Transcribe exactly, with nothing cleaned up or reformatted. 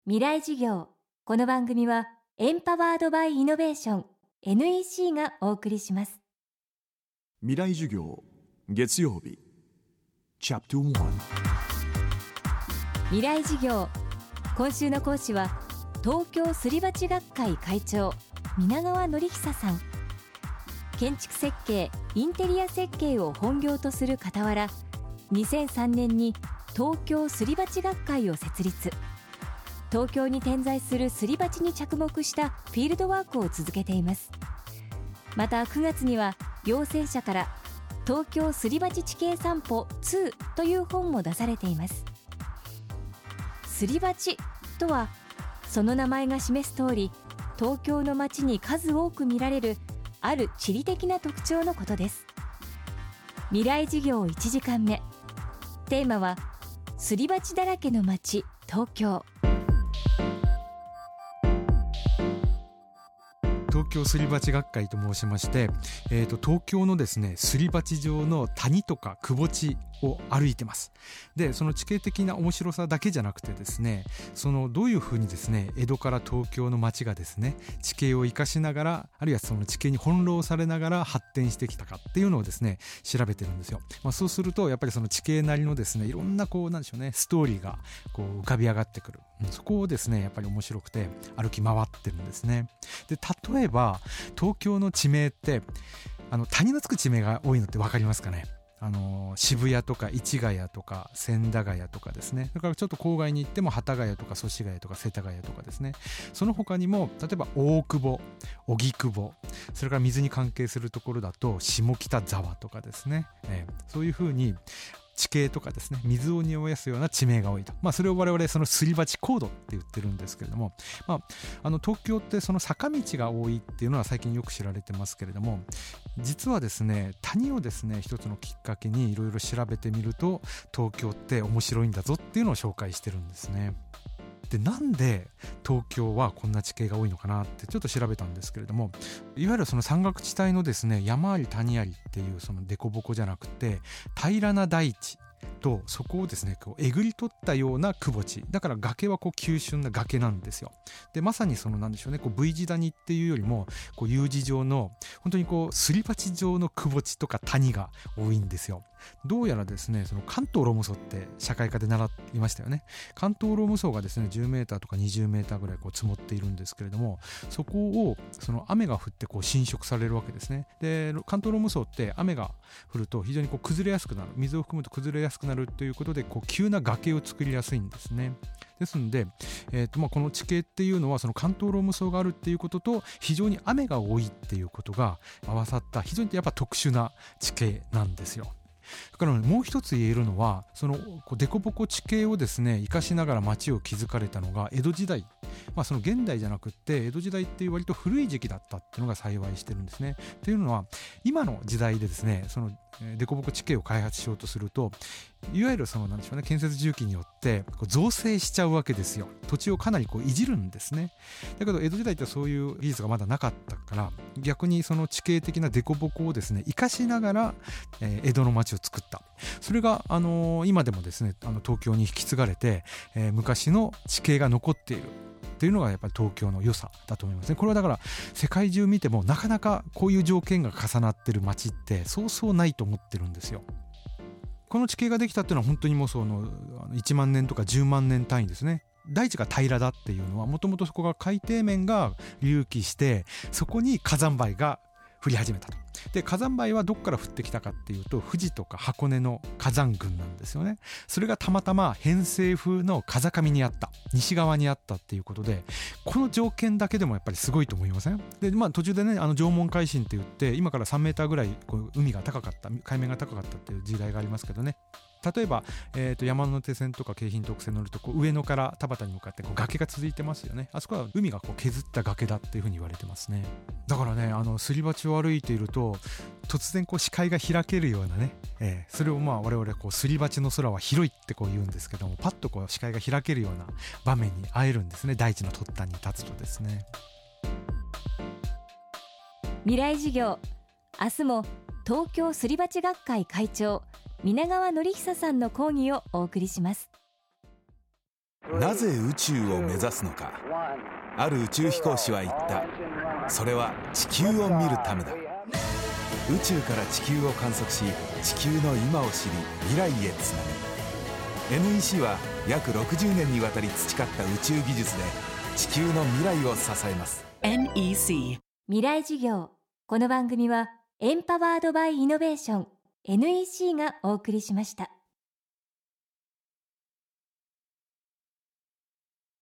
未来事業。この番組はエンパワードバイイノベーション エヌイーシー がお送りします。 未来授業月曜日チャプターいち。 未来事業。今週の講師は東京すり鉢学会会長皆川典久さん。建築設計、インテリア設計を本業とする傍ら、にせんさんねんに東京すり鉢学会を設立。東京に点在するすり鉢に着目したフィールドワークを続けています。またくがつには陽性者から東京すり鉢地形散歩にという本も出されています。すり鉢とはその名前が示す通り、東京の街に数多く見られるある地理的な特徴のことです。未来事業いちじかんめ、テーマはすり鉢だらけの街東京。 東京すり鉢学会と申しまして、えー、と東京のですねすり鉢状の谷とか窪地を歩いてます。でその地形的な面白さだけじゃなくてですね、そのどういうふうにですね江戸から東京の街がですね地形を生かしながら、あるいはその地形に翻弄されながら発展してきたかっていうのをですね調べてるんですよ。まあ、そうするとやっぱりその地形なりのですねいろんなこうなんでしょうねストーリーがこう浮かび上がってくる、うん、そこをですねやっぱり面白くて歩き回ってるんですね。で例えば東京の地名ってあの谷のつく地名が多いのって分かりますかね。あの渋谷とか市ヶ谷とか千駄ヶ谷とかですね、だからちょっと郊外に行っても幡ヶ谷とか祖師ヶ谷とか世田谷とかですね、その他にも例えば大久保、荻窪、それから水に関係するところだと下北沢とかですね、えー、そういうふうに地形とかですね水を匂わすような地名が多いと、まあ、それを我々そのすり鉢コードって言ってるんですけれども、まあ、あの東京ってその坂道が多いっていうのは最近よく知られてますけれども、実はですね谷をですね一つのきっかけにいろいろ調べてみると東京って面白いんだぞっていうのを紹介してるんですね。でなんで東京はこんな地形が多いのかなってちょっと調べたんですけれども、いわゆるその山岳地帯のですね山あり谷ありっていうその凸凹じゃなくて平らな大地とそこをですねこうえぐり取ったような窪地だから崖はこう急峻な崖なんですよ。でまさにそのなんでしょうねこう V 字谷っていうよりもこう U 字状の本当にこうすり鉢状の窪地とか谷が多いんですよ。どうやらですねその関東ローム層って社会科で習いましたよね。関東ローム層がですねじゅうメーターとかにじゅうメーターぐらいこう積もっているんですけれども、そこをその雨が降ってこう浸食されるわけですね。で関東ローム層って雨が降ると非常にこう崩れやすくなる、水を含むと崩れやすくなるということでこう急な崖を作りやすいんですね。ですので、えーとまあ、この地形っていうのはその関東ローム層があるっていうことと非常に雨が多いっていうことが合わさった非常にやっぱ特殊な地形なんですよ。だからもう一つ言えるのはその凸凹地形をですね生かしながら町を築かれたのが江戸時代、まあ、その現代じゃなくって江戸時代っていう割と古い時期だったっていうのが幸いしてるんですね。っていうのは今の時代でですねその凸凹地形を開発しようとするといわゆるそのなんでしょうね建設重機によってこう造成しちゃうわけですよ。土地をかなりこういじるんですね。だけど江戸時代ってそういう技術がまだなかったから逆にその地形的な凸凹をですね生かしながら、えー、江戸の町を作った。それが、あのー、今でもですねあの東京に引き継がれて、えー、昔の地形が残っているというのがやっぱり東京の良さだと思いますね。これはだから世界中見てもなかなかこういう条件が重なってる街ってそうそうないと思ってるんですよ。この地形ができたっていうのは本当にもうそのいちまんねんとかじゅうまんねん単位ですね。大地が平らだっていうのはもともとそこが海底面が隆起してそこに火山灰が降り始めたと。で火山灰はどこから降ってきたかっていうと富士とか箱根の火山群なんですよね。それがたまたま偏西風の風上にあった西側にあったっていうことでこの条件だけでもやっぱりすごいと思いません？で、まあ、途中でねあの縄文海進って言って今からさんメーターぐらいこう海が高かった海面が高かったっていう時代がありますけどね、例えば、えー、と山手線とか京浜東北線乗るとこう上野から田端に向かってこう崖が続いてますよね。あそこは海がこう削った崖だっていうふうに言われてますね。だからねあのすり鉢を歩いていると突然こう視界が開けるようなね、えー、それをまあ我々こうすり鉢の空は広いってこう言うんですけどもパッとこう視界が開けるような場面に会えるんですね。大地の突端に立つとですね。 未来事業、明日も東京すり鉢学会会長皆川典久さんの講義をお送りします。 なぜ宇宙を目指すのか。ある宇宙飛行士は言った。それは地球を見るためだ。宇宙から地球を観測し、地球の今を知り未来へつなぐ。 エヌイーシー は約ろくじゅうねんにわたり培った宇宙技術で地球の未来を支えます。 エヌイーシー 未来授業。この番組はエンパワードバイイノベーション エヌイーシー がお送りしました。